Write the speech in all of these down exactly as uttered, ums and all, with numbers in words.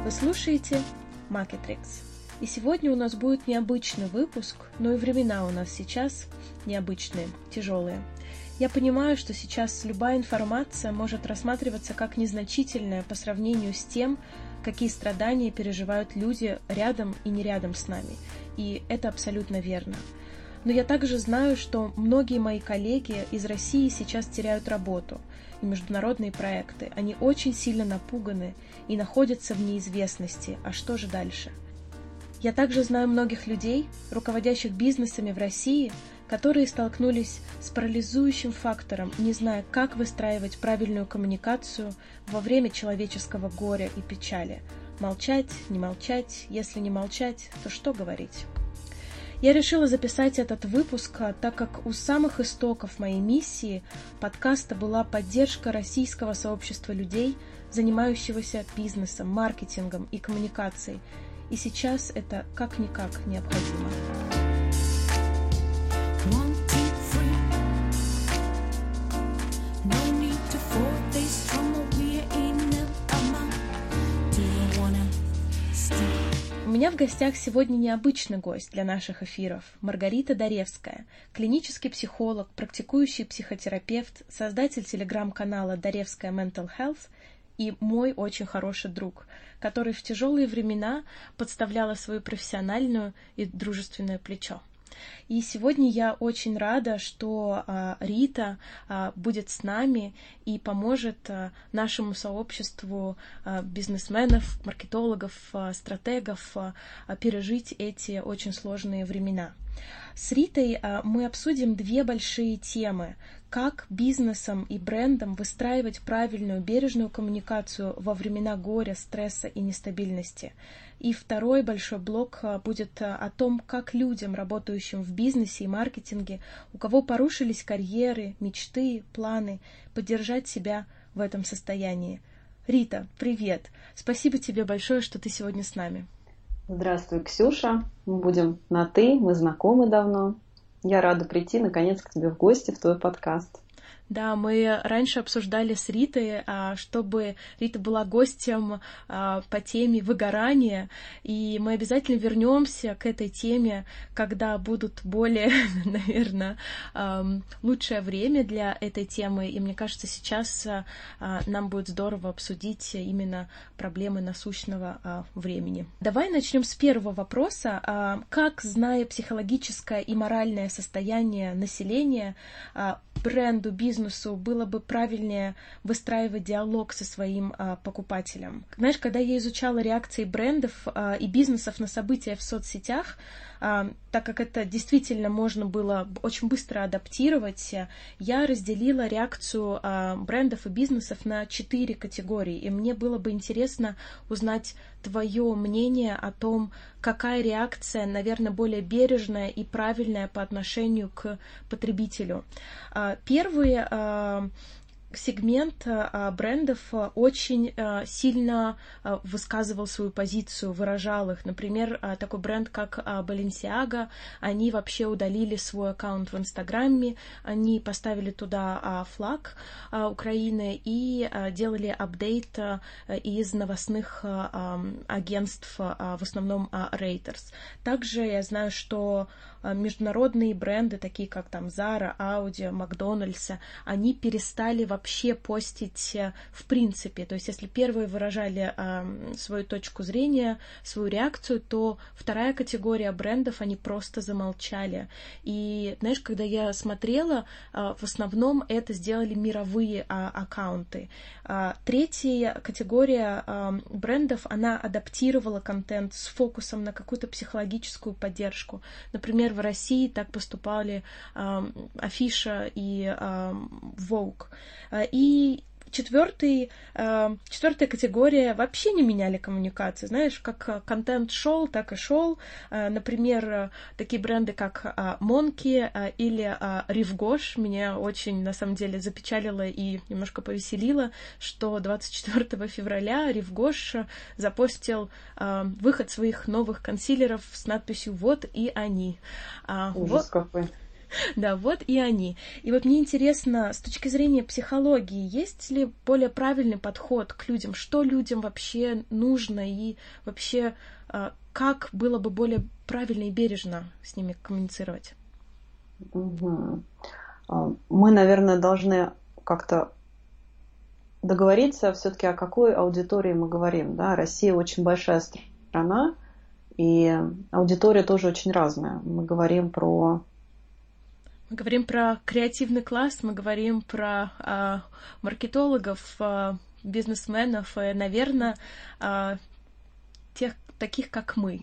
Вы слушаете Marketrix. И сегодня у нас будет необычный выпуск, но и времена у нас сейчас необычные, тяжелые. Я понимаю, что сейчас любая информация может рассматриваться как незначительная по сравнению с тем, какие страдания переживают люди рядом и не рядом с нами. И это абсолютно верно. Но я также знаю, что многие мои коллеги из России сейчас теряют работу и международные проекты. Они очень сильно напуганы и находятся в неизвестности. А что же дальше? Я также знаю многих людей, руководящих бизнесами в России, которые столкнулись с парализующим фактором, не зная, как выстраивать правильную коммуникацию во время человеческого горя и печали. Молчать, не молчать, если не молчать, то что говорить? Я решила записать этот выпуск, так как у самых истоков моей миссии подкаста была поддержка российского сообщества людей, занимающегося бизнесом, маркетингом и коммуникацией. И сейчас это как-никак необходимо. У меня в гостях сегодня необычный гость для наших эфиров – Маргарита Даревская, клинический психолог, практикующий психотерапевт, создатель телеграм-канала «Даревская Mental Health» и мой очень хороший друг, который в тяжелые времена подставляла свою профессиональную и дружественное плечо. И сегодня я очень рада, что а, Рита а, будет с нами и поможет а, нашему сообществу а, бизнесменов, маркетологов, а, стратегов а, пережить эти очень сложные времена. С Ритой а, мы обсудим две большие темы: как бизнесом и брендом выстраивать правильную, бережную коммуникацию во времена горя, стресса и нестабильности. И второй большой блок будет о том, как людям, работающим в бизнесе и маркетинге, у кого порушились карьеры, мечты, планы, поддержать себя в этом состоянии. Рита, привет! Спасибо тебе большое, что ты сегодня с нами. Здравствуй, Ксюша. Мы будем на «ты», мы знакомы давно. Я рада прийти, наконец, к тебе в гости в твой подкаст. Да, мы раньше обсуждали с Ритой, чтобы Рита была гостем по теме выгорания, и мы обязательно вернемся к этой теме, когда будут более, наверное, лучшее время для этой темы, и мне кажется, сейчас нам будет здорово обсудить именно проблемы насущного времени. Давай начнем с первого вопроса. Как, зная психологическое и моральное состояние населения, бренду, бизнесу было бы правильнее выстраивать диалог со своим а, покупателем? Знаешь, когда я изучала реакции брендов а, и бизнесов на события в соцсетях, а, так как это действительно можно было очень быстро адаптировать, я разделила реакцию а, брендов и бизнесов на четыре категории. И мне было бы интересно узнать твое мнение о том, какая реакция, наверное, более бережная и правильная по отношению к потребителю. Первый сегмент брендов очень сильно высказывал свою позицию, выражал их. Например, такой бренд, как Balenciaga, они вообще удалили свой аккаунт в Инстаграме, они поставили туда флаг Украины и делали апдейт из новостных агентств, в основном Reuters. Также я знаю, что международные бренды, такие как там Zara, Audi, Макдональдс, они перестали вообще постить в принципе. То есть, если первые выражали э, свою точку зрения, свою реакцию, то вторая категория брендов, они просто замолчали. И, знаешь, когда я смотрела, э, в основном это сделали мировые э, аккаунты. Э, третья категория э, брендов, она адаптировала контент с фокусом на какую-то психологическую поддержку. Например, в России так поступали э, Афиша и э, Vogue. И четвертый, э, четвертая категория вообще не меняли коммуникации. Знаешь, как контент шел, так и шел. Э, например, такие бренды, как э, Monkey э, или э, Rive Gauche меня очень, на самом деле, запечалило и немножко повеселило, что двадцать четвёртого февраля Rive Gauche запостил э, выход своих новых консилеров с надписью «Вот и они». Ужас вот. Какой. Да, вот и они. И вот мне интересно, с точки зрения психологии, есть ли более правильный подход к людям? Что людям вообще нужно и вообще как было бы более правильно и бережно с ними коммуницировать? Угу. Мы, наверное, должны как-то договориться все-таки, о какой аудитории мы говорим. Да? Россия очень большая страна, и аудитория тоже очень разная. Мы говорим про... Мы говорим про креативный класс, мы говорим про а, маркетологов, а, бизнесменов, и, наверное, а, тех, таких, как мы.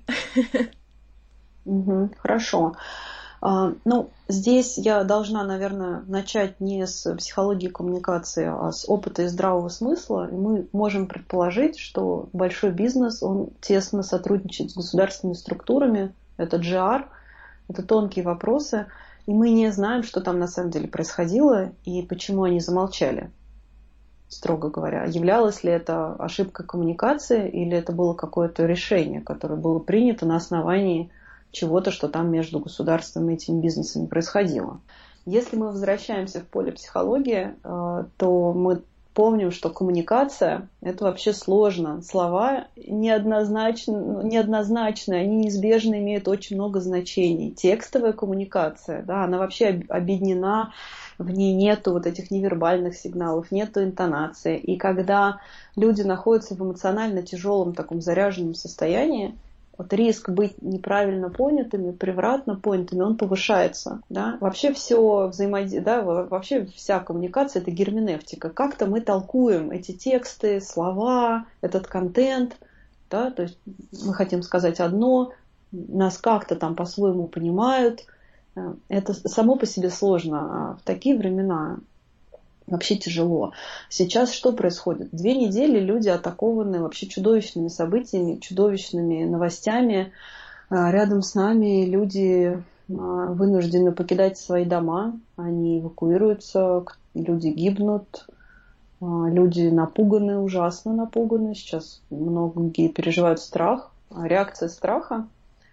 Угу, хорошо. Ну, здесь я должна, наверное, начать не с психологии коммуникации, а с опыта и здравого смысла. И мы можем предположить, что большой бизнес, он тесно сотрудничает с государственными структурами. Это джи ар, это тонкие вопросы. И мы не знаем, что там на самом деле происходило и почему они замолчали, строго говоря. Являлось ли это ошибкой коммуникации или это было какое-то решение, которое было принято на основании чего-то, что там между государством и этими бизнесами происходило. Если мы возвращаемся в поле психологии, то мы помним, что коммуникация – это вообще сложно. Слова неоднозначны, неоднозначны, они неизбежно имеют очень много значений. Текстовая коммуникация, да, она вообще объединена, в ней нету вот этих невербальных сигналов, нету интонации. И когда люди находятся в эмоционально тяжелом таком заряженном состоянии, вот риск быть неправильно понятыми, превратно понятыми, он повышается. Да? Вообще все взаимодействие, да, вообще вся коммуникация – это герменевтика. Как-то мы толкуем эти тексты, слова, этот контент. Да? То есть мы хотим сказать одно, нас как-то там по-своему понимают. Это само по себе сложно. А в такие времена вообще тяжело. Сейчас что происходит? Две недели люди атакованы вообще чудовищными событиями, чудовищными новостями. Рядом с нами люди вынуждены покидать свои дома, они эвакуируются, люди гибнут, люди напуганы, ужасно напуганы. Сейчас многие переживают страх. Реакция страха,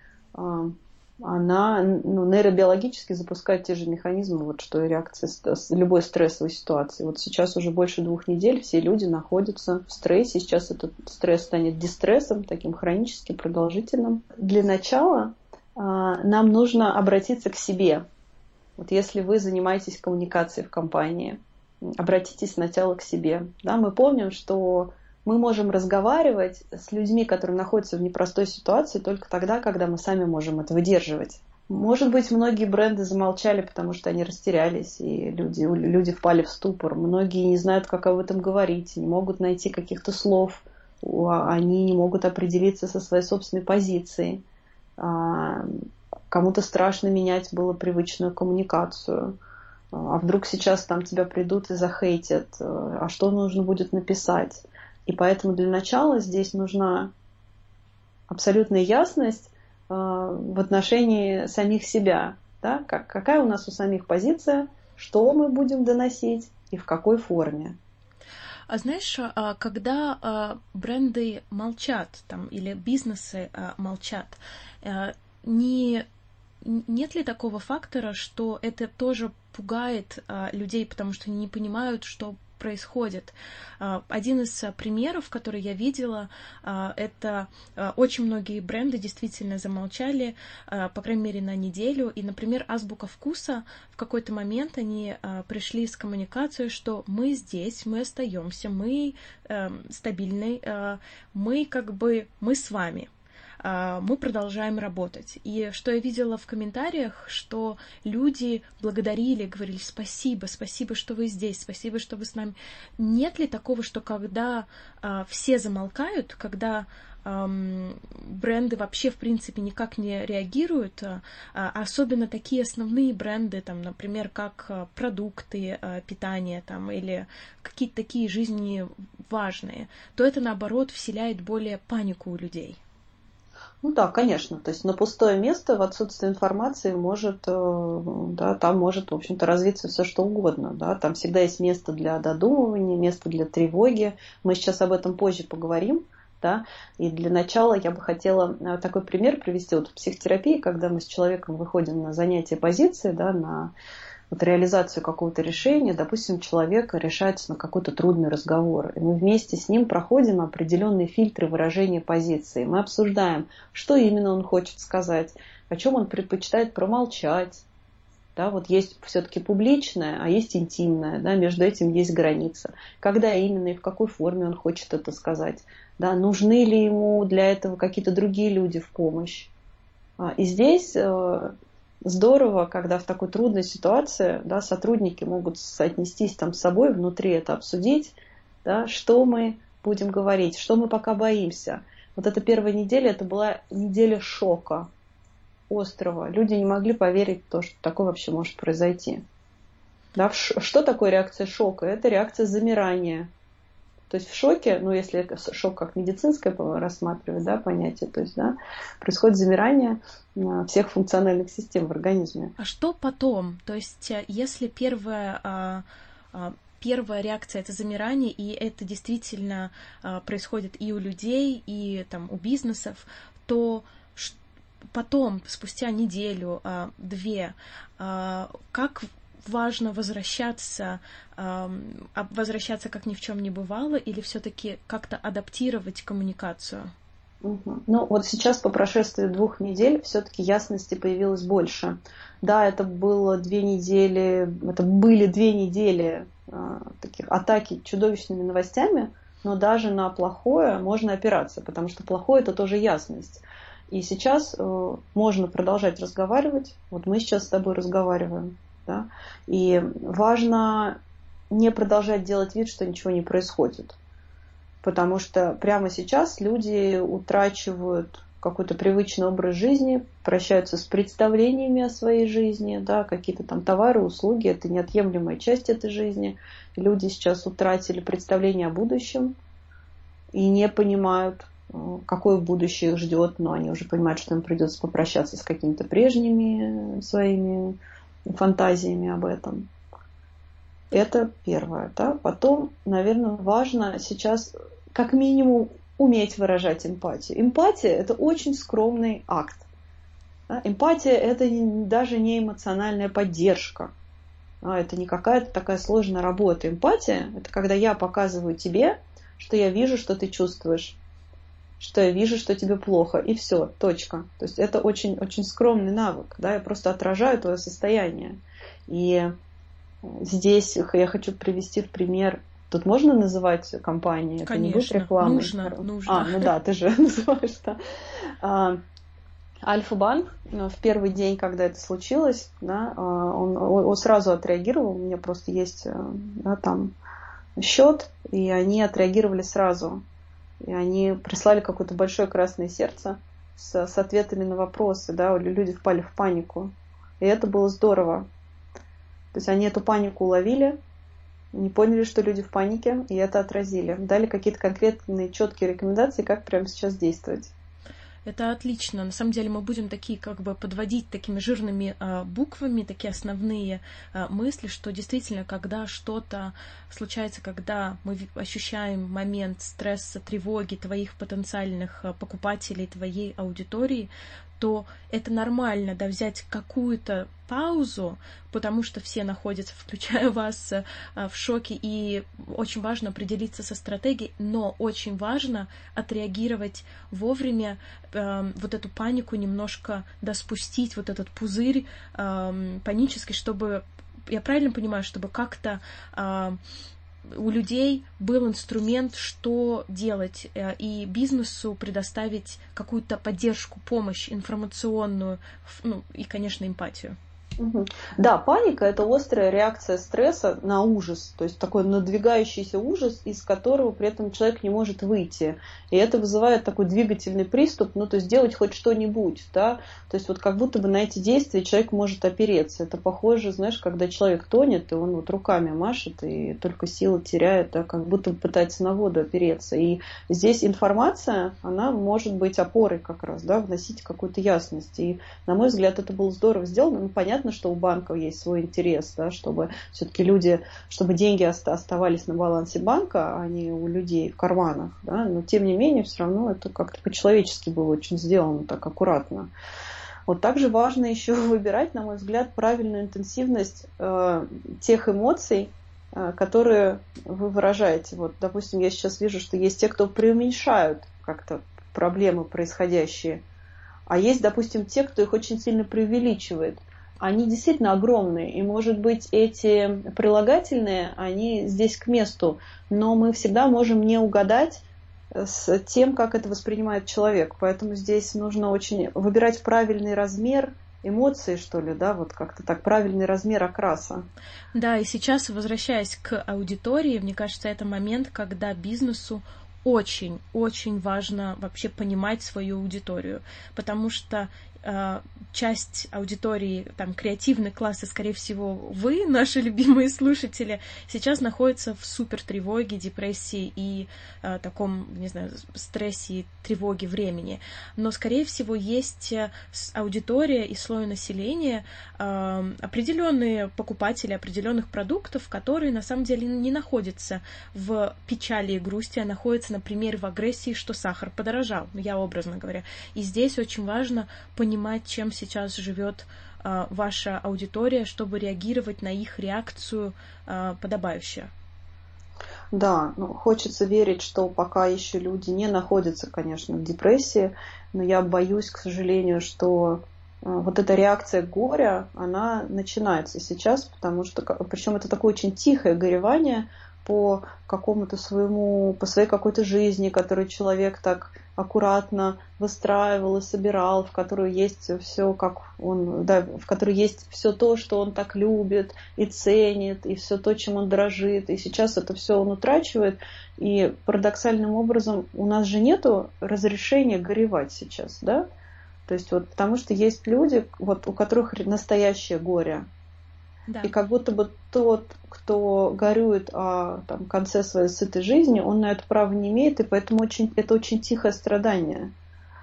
она ну, нейробиологически запускает те же механизмы, вот, что и реакция любой стрессовой ситуации. Вот сейчас уже больше двух недель все люди находятся в стрессе. Сейчас этот стресс станет дистрессом, таким хроническим, продолжительным. Для начала а, нам нужно обратиться к себе. Вот если вы занимаетесь коммуникацией в компании, обратитесь сначала к себе. Да, мы помним, что мы можем разговаривать с людьми, которые находятся в непростой ситуации, только тогда, когда мы сами можем это выдерживать. Может быть, многие бренды замолчали, потому что они растерялись, и люди, люди впали в ступор. Многие не знают, как об этом говорить, не могут найти каких-то слов, они не могут определиться со своей собственной позицией. Кому-то страшно менять было привычную коммуникацию. А вдруг сейчас там тебя придут и захейтят, а что нужно будет написать? И поэтому для начала здесь нужна абсолютная ясность э, в отношении самих себя. Да? Как, какая у нас у самих позиция, что мы будем доносить и в какой форме. А знаешь, когда бренды молчат там, или бизнесы молчат, не, нет ли такого фактора, что это тоже пугает людей, потому что они не понимают, что происходит. Один из примеров, который я видела, это очень многие бренды действительно замолчали, по крайней мере, на неделю. И, например, Азбука Вкуса в какой-то момент они пришли с коммуникацией, что мы здесь, мы остаемся, мы стабильны, мы как бы, мы с вами. Мы продолжаем работать. И что я видела в комментариях, что люди благодарили, говорили спасибо, спасибо, что вы здесь, спасибо, что вы с нами. Нет ли такого, что когда а, все замолкают, когда ам, бренды вообще в принципе никак не реагируют, а, особенно такие основные бренды, там, например, как а, продукты а, питания там, или какие-то такие жизненно важные, то это наоборот вселяет более панику у людей? Ну да, конечно. То есть на пустое место в отсутствии информации может, да, там может, в общем-то, развиться все что угодно. Да. Там всегда есть место для додумывания, место для тревоги. Мы сейчас об этом позже поговорим. Да? И для начала я бы хотела такой пример привести. Вот в психотерапии, когда мы с человеком выходим на занятие позиции, да, на вот реализацию какого-то решения, допустим, человек решается на какой-то трудный разговор, и мы вместе с ним проходим определенные фильтры выражения позиции. Мы обсуждаем, что именно он хочет сказать, о чем он предпочитает промолчать. Да, вот есть все-таки публичное, а есть интимное, да, между этим есть граница. Когда именно и в какой форме он хочет это сказать. Да, нужны ли ему для этого какие-то другие люди в помощь. И здесь здорово, когда в такой трудной ситуации, да, сотрудники могут соотнестись там с собой, внутри это обсудить, да, что мы будем говорить, что мы пока боимся. Вот эта первая неделя, это была неделя шока острого. Люди не могли поверить в то, что такое вообще может произойти. Да, что такое реакция шока? Это реакция замирания. То есть в шоке, ну если шок как медицинское рассматривать, да, понятие, то есть, да, происходит замирание всех функциональных систем в организме. А что потом? То есть если первая, первая реакция — это замирание, и это действительно происходит и у людей, и там, у бизнесов, то потом, спустя неделю, две, как важно возвращаться, возвращаться как ни в чем не бывало, или все-таки как-то адаптировать коммуникацию? Угу. Ну, вот сейчас по прошествии двух недель все-таки ясности появилось больше. Да, это было две недели, это были две недели э, таких атаки чудовищными новостями, но даже на плохое можно опираться, потому что плохое — это тоже ясность. И сейчас э, можно продолжать разговаривать. Вот мы сейчас с тобой разговариваем. Да? И важно не продолжать делать вид, что ничего не происходит. Потому что прямо сейчас люди утрачивают какой-то привычный образ жизни, прощаются с представлениями о своей жизни, да, какие-то там товары, услуги, это неотъемлемая часть этой жизни. Люди сейчас утратили представление о будущем и не понимают, какое будущее их ждет, но они уже понимают, что им придется попрощаться с какими-то прежними своими фантазиями об этом. Это первое. Да? Потом, наверное, важно сейчас как минимум уметь выражать эмпатию. Эмпатия — это очень скромный акт. Да? Эмпатия — это даже не эмоциональная поддержка. Да? Это не какая-то такая сложная работа. Эмпатия — это когда я показываю тебе, что я вижу, что ты чувствуешь, что я вижу, что тебе плохо, и все, точка. То есть это очень-очень скромный навык. Да? Я просто отражаю твое состояние. И здесь я хочу привести в пример. Тут можно называть компании? Конечно, это не будет рекламой? нужно, нужно. А, ну да, ты же называешь, да. А, Альфа-банк в первый день, когда это случилось, да, он, он сразу отреагировал. У меня просто есть, да, там счет, и они отреагировали сразу. И они прислали какое-то большое красное сердце с, с ответами на вопросы, да, люди впали в панику. И это было здорово. То есть они эту панику уловили, не поняли, что люди в панике, и это отразили. Дали какие-то конкретные, четкие рекомендации, как прямо сейчас действовать. Это отлично. На самом деле мы будем такие как бы подводить такими жирными э, буквами такие основные э, мысли, что действительно, когда что-то случается, когда мы ощущаем момент стресса, тревоги твоих потенциальных э, покупателей, твоей аудитории, то это нормально, да, взять какую-то паузу, потому что все находятся, включая вас, в шоке, и очень важно определиться со стратегией, но очень важно отреагировать вовремя, э, вот эту панику немножко, да, спустить, вот этот пузырь э, панический, чтобы, я правильно понимаю, чтобы как-то э, у людей был инструмент, что делать, и бизнесу предоставить какую-то поддержку, помощь информационную, ну и, конечно, эмпатию. Угу. Да, паника — это острая реакция стресса на ужас, то есть такой надвигающийся ужас, из которого при этом человек не может выйти. И это вызывает такой двигательный приступ, ну то есть делать хоть что-нибудь, да, то есть вот как будто бы на эти действия человек может опереться. Это похоже, знаешь, когда человек тонет, и он вот руками машет, и только силы теряет, да, как будто пытается на воду опереться. И здесь информация, она может быть опорой как раз, да, вносить какую-то ясность. И, на мой взгляд, это было здорово сделано. Ну, понятно, понятно, что у банков есть свой интерес, да, чтобы все-таки люди, чтобы деньги оставались на балансе банка, а не у людей в карманах, да, но тем не менее все равно это как-то по-человечески было очень сделано, так аккуратно. Вот также важно еще выбирать, на мой взгляд, правильную интенсивность э, тех эмоций, э, которые вы выражаете. Вот, допустим, я сейчас вижу, что есть те, кто преуменьшают как-то проблемы происходящие, а есть, допустим, те, кто их очень сильно преувеличивает. Они действительно огромные, и, может быть, эти прилагательные, они здесь к месту, но мы всегда можем не угадать с тем, как это воспринимает человек. Поэтому здесь нужно очень выбирать правильный размер эмоций, что ли, да, вот как-то так, правильный размер окраса. Да, и сейчас, возвращаясь к аудитории, мне кажется, это момент, когда бизнесу очень-очень важно вообще понимать свою аудиторию, потому что э, часть аудитории, там, креативный класс, и, скорее всего, вы, наши любимые слушатели, сейчас находятся в супер тревоге, депрессии и э, таком, не знаю, стрессе и тревоге времени. Но, скорее всего, есть аудитория и слой населения, э, определенные покупатели определенных продуктов, которые, на самом деле, не находятся в печали и грусти, а находятся, например, в агрессии, что сахар подорожал, я образно говоря. И здесь очень важно понимать, чем сейчас живет э, ваша аудитория, чтобы реагировать на их реакцию э, подобающе. Да, ну, хочется верить, что пока еще люди не находятся, конечно, в депрессии, но я боюсь, к сожалению, что э, вот эта реакция горя, она начинается сейчас, потому что, причем это такое очень тихое горевание по какому-то своему, по своей какой-то жизни, которую человек так аккуратно выстраивал и собирал, в которой есть все, как он, да, в которой есть все то, что он так любит и ценит, и все то, чем он дорожит. И сейчас это все он утрачивает. И парадоксальным образом у нас же нету разрешения горевать сейчас, да? То есть вот потому что есть люди, вот, у которых настоящее горе. Да. И как будто бы тот, кто горюет о там, конце своей сытой жизни, он на это право не имеет, и поэтому очень, это очень тихое страдание.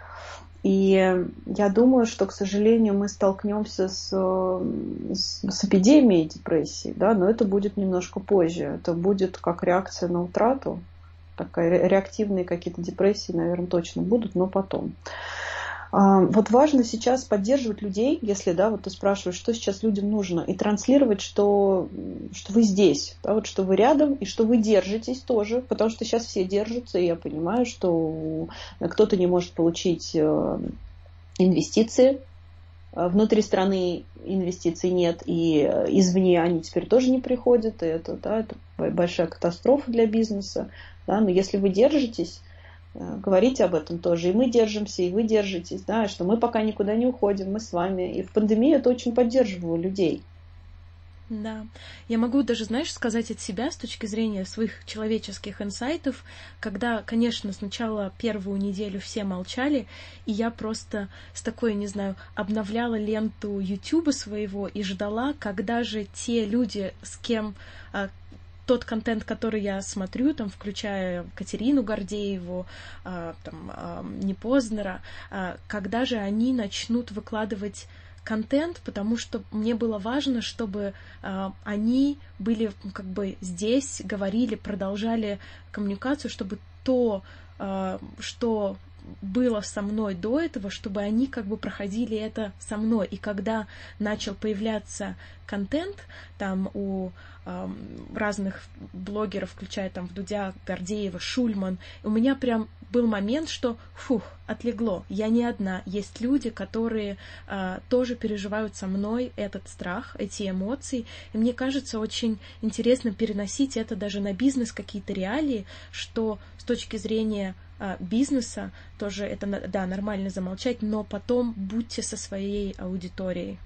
И я думаю, что, к сожалению, мы столкнемся с, с, с эпидемией депрессии, да, но это будет немножко позже. Это будет как реакция на утрату. Такая, реактивные какие-то депрессии, наверное, точно будут, но потом. Вот важно сейчас поддерживать людей, если, да, вот ты спрашиваешь, что сейчас людям нужно, и транслировать, что, что вы здесь, да, вот, что вы рядом, и что вы держитесь тоже, потому что сейчас все держатся, и я понимаю, что кто-то не может получить инвестиции, внутри страны инвестиций нет, и извне они теперь тоже не приходят, и это, да, это большая катастрофа для бизнеса, да, но если вы держитесь, говорите об этом тоже. И мы держимся, и вы держитесь, да, что мы пока никуда не уходим, мы с вами. И в пандемию это очень поддерживало людей. Да. Я могу даже, знаешь, сказать от себя с точки зрения своих человеческих инсайтов, когда, конечно, сначала первую неделю все молчали, и я просто с такой, не знаю, обновляла ленту Ютуба своего и ждала, когда же те люди, с кем тот контент, который я смотрю, там, включая Катерину Гордееву, э, там, э, Непознера, э, когда же они начнут выкладывать контент, потому что мне было важно, чтобы э, они были как бы здесь, говорили, продолжали коммуникацию, чтобы то, э, что было со мной до этого, чтобы они как бы проходили это со мной. И когда начал появляться контент там у э, разных блогеров, включая там Вдудя, Гордеева, Шульман, у меня прям был момент, что фух, отлегло, я не одна. Есть люди, которые э, тоже переживают со мной этот страх, эти эмоции. И мне кажется, очень интересно переносить это даже на бизнес, какие-то реалии, что с точки зрения бизнеса тоже это, да, нормально замолчать, но потом будьте со своей аудиторией.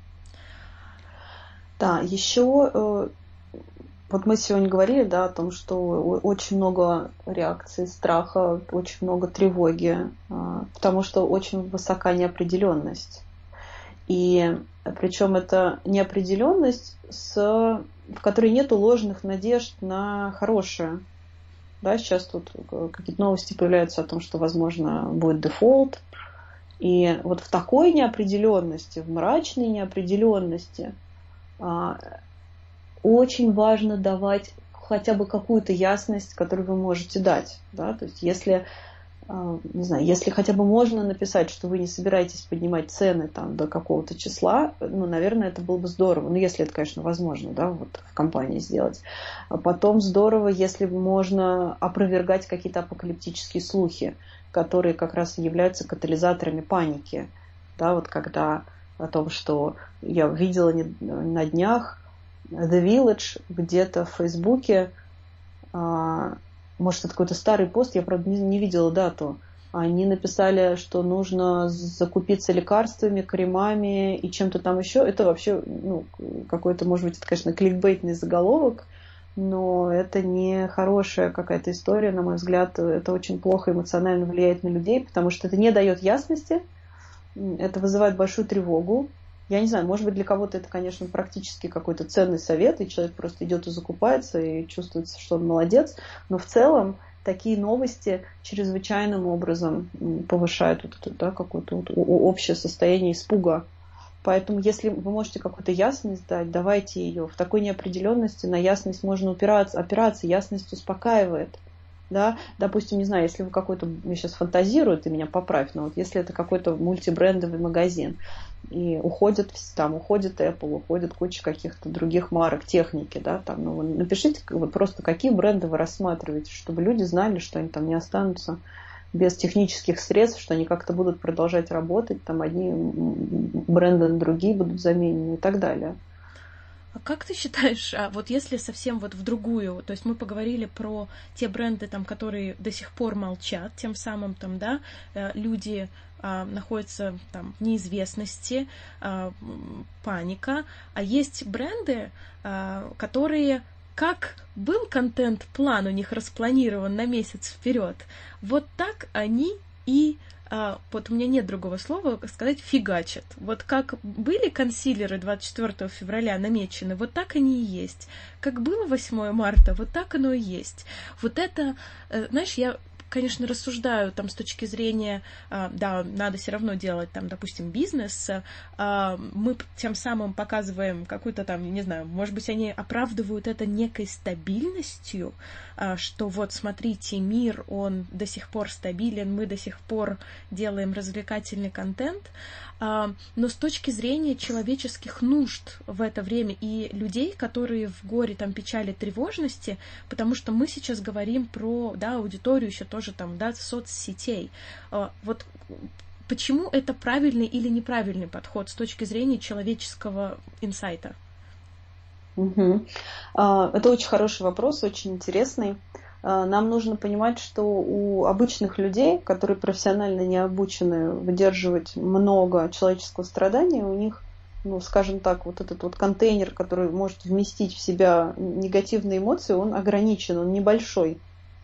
Да, еще вот мы сегодня говорили, да, о том, что очень много реакций страха, очень много тревоги, потому что очень высока неопределенность. И причем это неопределенность, с, в которой нет ложных надежд на хорошее. Да, сейчас тут какие-то новости появляются о том, что, возможно, будет дефолт, И вот в такой неопределенности, в мрачной неопределенности очень важно давать хотя бы какую-то ясность, которую вы можете дать. Да? То есть если, не знаю, если хотя бы можно написать, что вы не собираетесь поднимать цены там, до какого-то числа, ну, наверное, это было бы здорово. Ну, если это, конечно, возможно, да, вот в компании сделать. А потом здорово, если можно опровергать какие-то апокалиптические слухи, которые как раз являются катализаторами паники. Да, вот когда о том, что я видела на днях The Village где-то в Фейсбуке, может, это какой-то старый пост, я, правда, не видела дату. Они написали, что нужно закупиться лекарствами, кремами и чем-то там еще. Это вообще, ну, какой-то, может быть, это, конечно, кликбейтный заголовок, но это не хорошая какая-то история, на мой взгляд. Это очень плохо эмоционально влияет на людей, потому что это не дает ясности, это вызывает большую тревогу. Я не знаю, может быть, для кого-то это, конечно, практически какой-то ценный совет, и человек просто идет и закупается, и чувствует, что он молодец. Но в целом такие новости чрезвычайным образом повышают вот это, да, какое-то вот общее состояние испуга. Поэтому, если вы можете какую-то ясность дать, давайте ее. В такой неопределенности на ясность можно опираться. Опираться, ясность успокаивает. Да? Допустим, не знаю, если вы какой-то, я сейчас фантазирую, ты меня поправь, но вот если это какой-то мультибрендовый магазин, и уходит, там, уходит Apple, уходит куча каких-то других марок, техники, да, там, ну, напишите вот просто, какие бренды вы рассматриваете, чтобы люди знали, что они там не останутся без технических средств, что они как-то будут продолжать работать, там одни бренды на другие будут заменены и так далее. А как ты считаешь, а вот если совсем вот в другую, то есть мы поговорили про те бренды, там, которые до сих пор молчат, тем самым там, да, люди а, находятся там в неизвестности, а, паника, а есть бренды, а, которые, как был контент-план у них распланирован на месяц вперед, вот так они и А, вот у меня нет другого слова сказать, фигачат. Вот как были консилеры двадцать четвёртого февраля намечены, вот так они и есть. Как было восьмое марта, вот так оно и есть. Вот это, знаешь, я, конечно, рассуждаю там с точки зрения, да, надо все равно делать там, допустим, бизнес, мы тем самым показываем какую-то там, не знаю, может быть, они оправдывают это некой стабильностью, что вот, смотрите, мир, он до сих пор стабилен, мы до сих пор делаем развлекательный контент, но с точки зрения человеческих нужд в это время и людей, которые в горе, там, печали, тревожности, потому что мы сейчас говорим про, да, аудиторию еще тоже там, да, соцсетей. Вот почему это правильный или неправильный подход с точки зрения человеческого инсайта? Угу. Это очень хороший вопрос, очень интересный. Нам нужно понимать, что у обычных людей, которые профессионально не обучены выдерживать много человеческого страдания, у них, ну, скажем так, вот этот вот контейнер, который может вместить в себя негативные эмоции, он ограничен, он небольшой.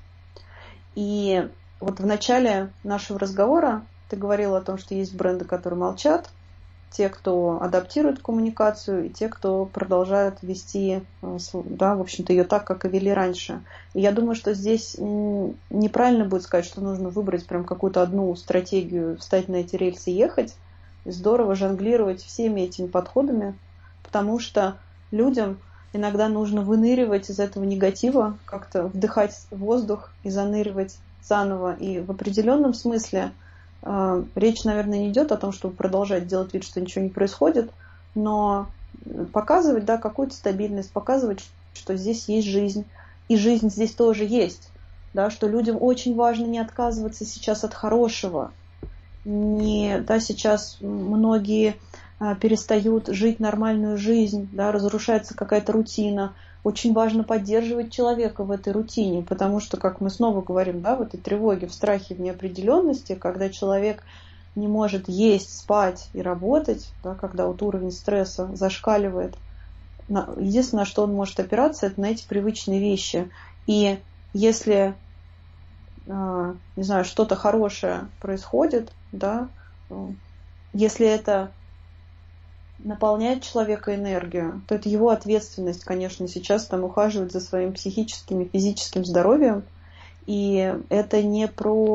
И вот в начале нашего разговора ты говорила о том, что есть бренды, которые молчат, те, кто адаптирует коммуникацию, и те, кто продолжает вести, да, в общем-то, ее так, как и вели раньше. И я думаю, что здесь неправильно будет сказать, что нужно выбрать прям какую-то одну стратегию, встать на эти рельсы и ехать. Здорово жонглировать всеми этими подходами, потому что людям иногда нужно выныривать из этого негатива, как-то вдыхать воздух и заныривать заново. И в определенном смысле речь, наверное, не идет о том, чтобы продолжать делать вид, что ничего не происходит, но показывать, да, какую-то стабильность, показывать, что здесь есть жизнь, и жизнь здесь тоже есть, да, что людям очень важно не отказываться сейчас от хорошего. Не, да, сейчас многие перестают жить нормальную жизнь, да, разрушается какая-то рутина. Очень важно поддерживать человека в этой рутине, потому что, как мы снова говорим, да, в этой тревоге, в страхе, в неопределенности, когда человек не может есть, спать и работать, да, когда вот уровень стресса зашкаливает, единственное, на что он может опираться, это на эти привычные вещи. И если, не знаю, что-то хорошее происходит, да, если это наполняет человека энергию, то это его ответственность, конечно, сейчас там ухаживать за своим психическим и физическим здоровьем. И это не про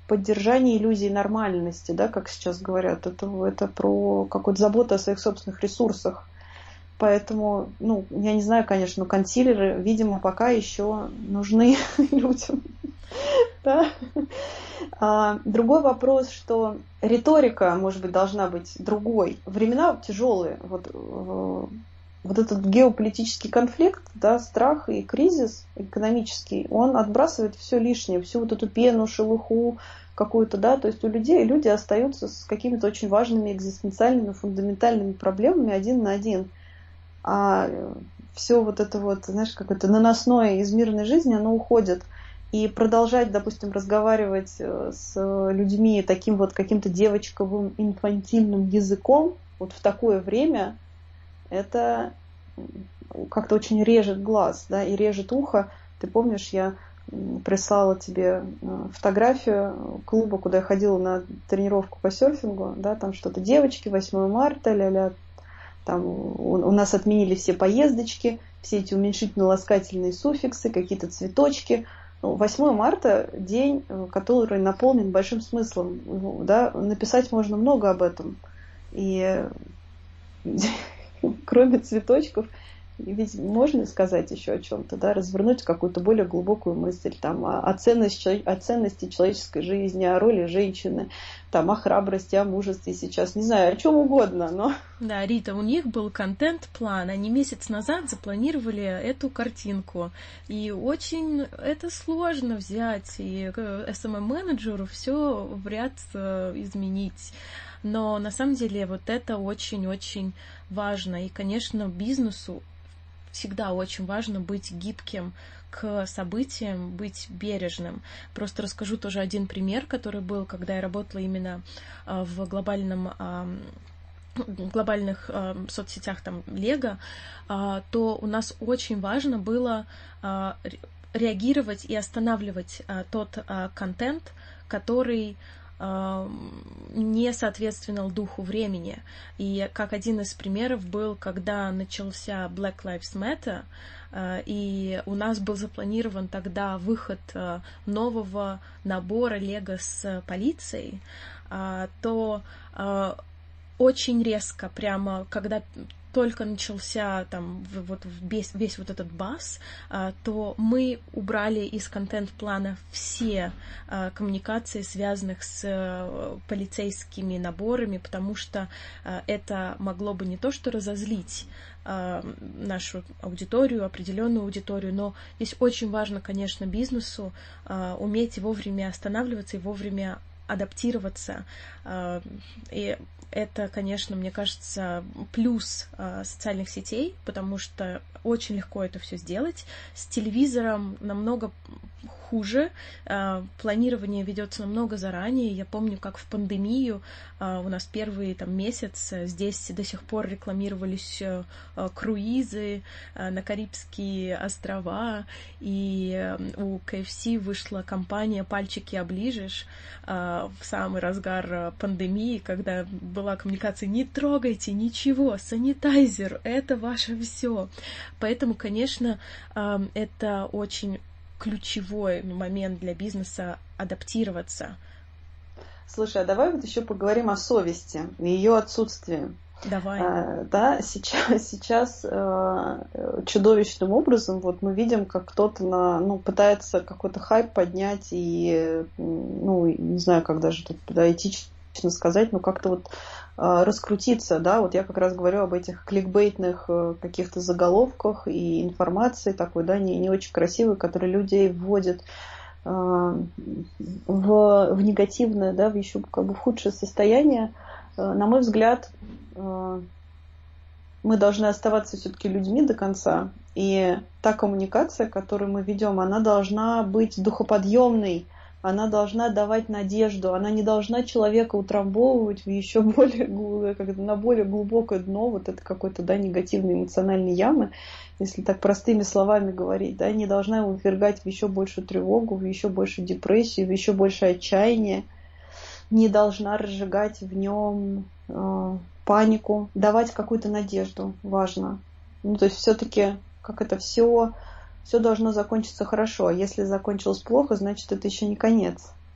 поддержание иллюзии нормальности, да, как сейчас говорят. Это, это про какую-то заботу о своих собственных ресурсах. Поэтому, ну, я не знаю, конечно, но консилеры, видимо, пока еще нужны людям. Да? А, другой вопрос, что риторика, может быть, должна быть другой. Времена тяжелые. Вот, вот этот геополитический конфликт, да, страх и кризис экономический, он отбрасывает все лишнее, всю вот эту пену, шелуху какую-то, да, то есть у людей люди остаются с какими-то очень важными экзистенциальными, фундаментальными проблемами один на один. А все вот это вот, знаешь, какое-то наносное из мирной жизни, оно уходит. И продолжать, допустим, разговаривать с людьми таким вот каким-то девочковым инфантильным языком вот в такое время, это как-то очень режет глаз, да, и режет ухо. Ты помнишь, я прислала тебе фотографию клуба, куда я ходила на тренировку по серфингу, да, там что-то девочки, восьмое марта, ля-ля, там у нас отменили все поездочки, все эти уменьшительно-ласкательные суффиксы, какие-то цветочки. восьмое марта – день, который наполнен большим смыслом. Да? Написать можно много об этом. И кроме цветочков, ведь можно сказать еще о чем-то, да? Развернуть какую-то более глубокую мысль там, о, о, ценности, о ценности человеческой жизни, о роли женщины, там, о храбрости, о мужестве сейчас, не знаю, о чем угодно. Но... Да, Рита, у них был контент-план, они месяц назад запланировали эту картинку, и очень это сложно взять, и эс эм эм-менеджеру все в ряд изменить. Но на самом деле вот это очень-очень важно, и, конечно, бизнесу всегда очень важно быть гибким к событиям, быть бережным. Просто расскажу тоже один пример, который был, когда я работала именно в глобальном, в глобальных соцсетях, там, Лего, то у нас очень важно было реагировать и останавливать тот контент, который не соответствовал духу времени. И как один из примеров был, когда начался Black Lives Matter, и у нас был запланирован тогда выход нового набора Лего с полицией, то очень резко, прямо когда только начался там вот весь, весь вот этот бас, то мы убрали из контент-плана все коммуникации, связанных с полицейскими наборами, потому что это могло бы не то что разозлить нашу аудиторию, определенную аудиторию, но здесь очень важно, конечно, бизнесу уметь вовремя останавливаться и вовремя адаптироваться. И это, конечно, мне кажется, плюс социальных сетей, потому что очень легко это все сделать. С телевизором намного хуже. Планирование ведется намного заранее. Я помню, как в пандемию у нас первый там, месяц здесь до сих пор рекламировались круизы на Карибские острова, и у ка эф си вышла кампания «Пальчики оближешь» в самый разгар пандемии, когда была коммуникация «Не трогайте ничего, санитайзер, это ваше все». Поэтому, конечно, это очень ключевой момент для бизнеса адаптироваться. Слушай, а давай вот еще поговорим о совести и ее отсутствии. Давай. А, да, сейчас, сейчас а, чудовищным образом вот мы видим, как кто-то на, ну, пытается какой-то хайп поднять и, ну, не знаю, как даже тут да, этично сказать, но как-то вот а, раскрутиться, да, вот я как раз говорю об этих кликбейтных а, каких-то заголовках и информации такой, да, не, не очень красивой, которые людей вводят а, в, в негативное, да, в еще как бы в худшее состояние. А, на мой взгляд, а, мы должны оставаться все-таки людьми до конца, и та коммуникация, которую мы ведем, она должна быть духоподъемной, она должна давать надежду, она не должна человека утрамбовывать в еще более, как на более глубокое дно, вот это какой-то, да, негативной эмоциональной ямы, если так простыми словами говорить, да, не должна его ввергать в еще большую тревогу, в еще большую депрессию, в еще большее отчаяние, не должна разжигать в нем э, панику, давать какую-то надежду, важно. Ну, то есть все-таки, как это все... Все должно закончиться хорошо. А если закончилось плохо, значит, это еще не конец.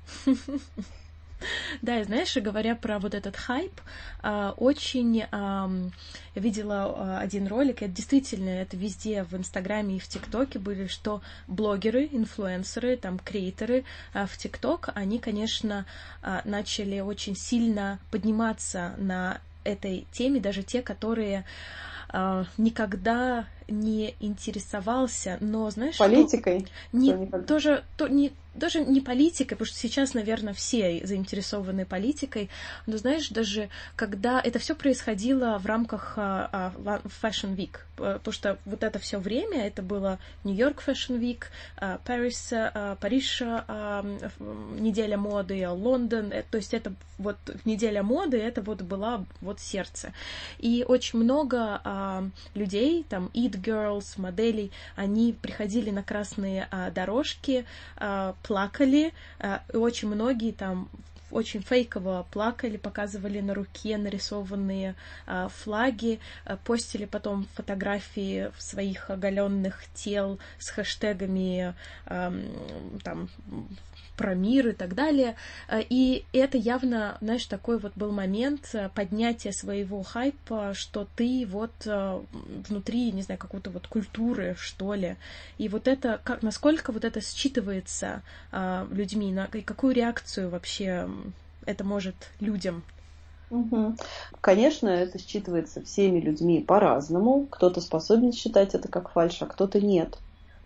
Да, и знаешь, говоря про вот этот хайп, очень я видела один ролик, это действительно, это везде в Инстаграме и в ТикТоке были, что блогеры, инфлюенсеры, там, креаторы в ТикТок, они, конечно, начали очень сильно подниматься на этой теме, даже те, которые никогда не интересовался, но знаешь, политикой, что? Не, тоже, то, не, даже не политикой, потому что сейчас, наверное, все заинтересованы политикой, но знаешь, даже когда это все происходило в рамках а, а, Fashion Week, потому что вот это все время, это было Нью-Йорк Fashion Week, а, Париж, а, Париж а, неделя моды, Лондон, то есть это вот неделя моды, это вот была вот сердце. И очень много а, людей, там, It Girls, моделей, они приходили на красные а, дорожки, а, плакали, а, и очень многие там очень фейково плакали, показывали на руке нарисованные а, флаги, а, постили потом фотографии своих оголенных тел с хэштегами а, там про мир и так далее. И это явно, знаешь, такой вот был момент поднятия своего хайпа, что ты вот внутри, не знаю, какой-то вот культуры, что ли. И вот это, как, насколько вот это считывается людьми, на, и какую реакцию вообще это может людям? Угу. Конечно, это считывается всеми людьми по-разному. Кто-то способен считать это как фальшь, а кто-то нет.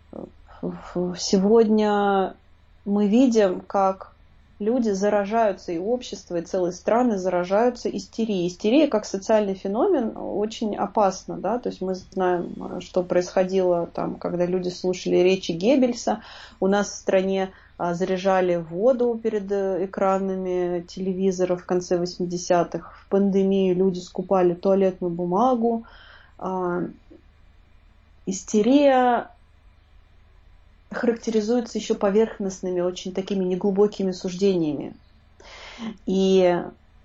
Сегодня мы видим, как люди заражаются, и общество, и целые страны заражаются истерией. Истерия как социальный феномен очень опасна, да, то есть мы знаем, что происходило там, когда люди слушали речи Геббельса. У нас в стране заряжали воду перед экранами телевизоров в конце восьмидесятых. В пандемию люди скупали туалетную бумагу. Истерия характеризуется еще поверхностными, очень такими неглубокими суждениями. И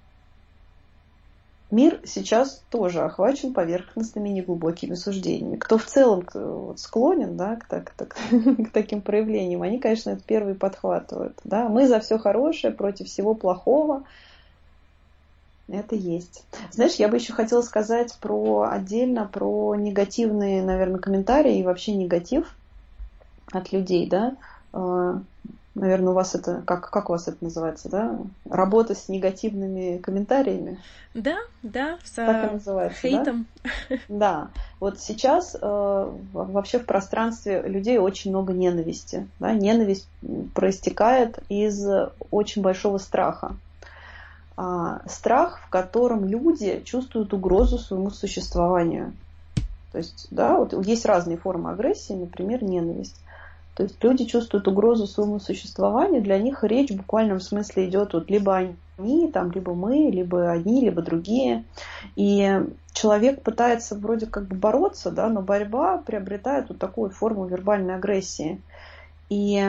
мир сейчас тоже охвачен поверхностными, неглубокими суждениями. Кто в целом склонен, да, к, так, так, к таким проявлениям, они, конечно, это первые подхватывают. Да? Мы за все хорошее, против всего плохого. Это есть. Знаешь, я бы еще хотела сказать про отдельно про негативные, наверное, комментарии и вообще негатив от людей, да, наверное, у вас это, как, как у вас это называется, да, работа с негативными комментариями? Да, да, с так и называется, хейтом. Да? Да, вот сейчас э, вообще в пространстве людей очень много ненависти, да, ненависть проистекает из очень большого страха. А, страх, в котором люди чувствуют угрозу своему существованию. То есть, да, вот есть разные формы агрессии, например, ненависть. То есть люди чувствуют угрозу своему существованию, для них речь в буквальном смысле идет вот либо они, там, либо мы, либо одни, либо другие. И человек пытается вроде как бы бороться, да, но борьба приобретает вот такую форму вербальной агрессии. И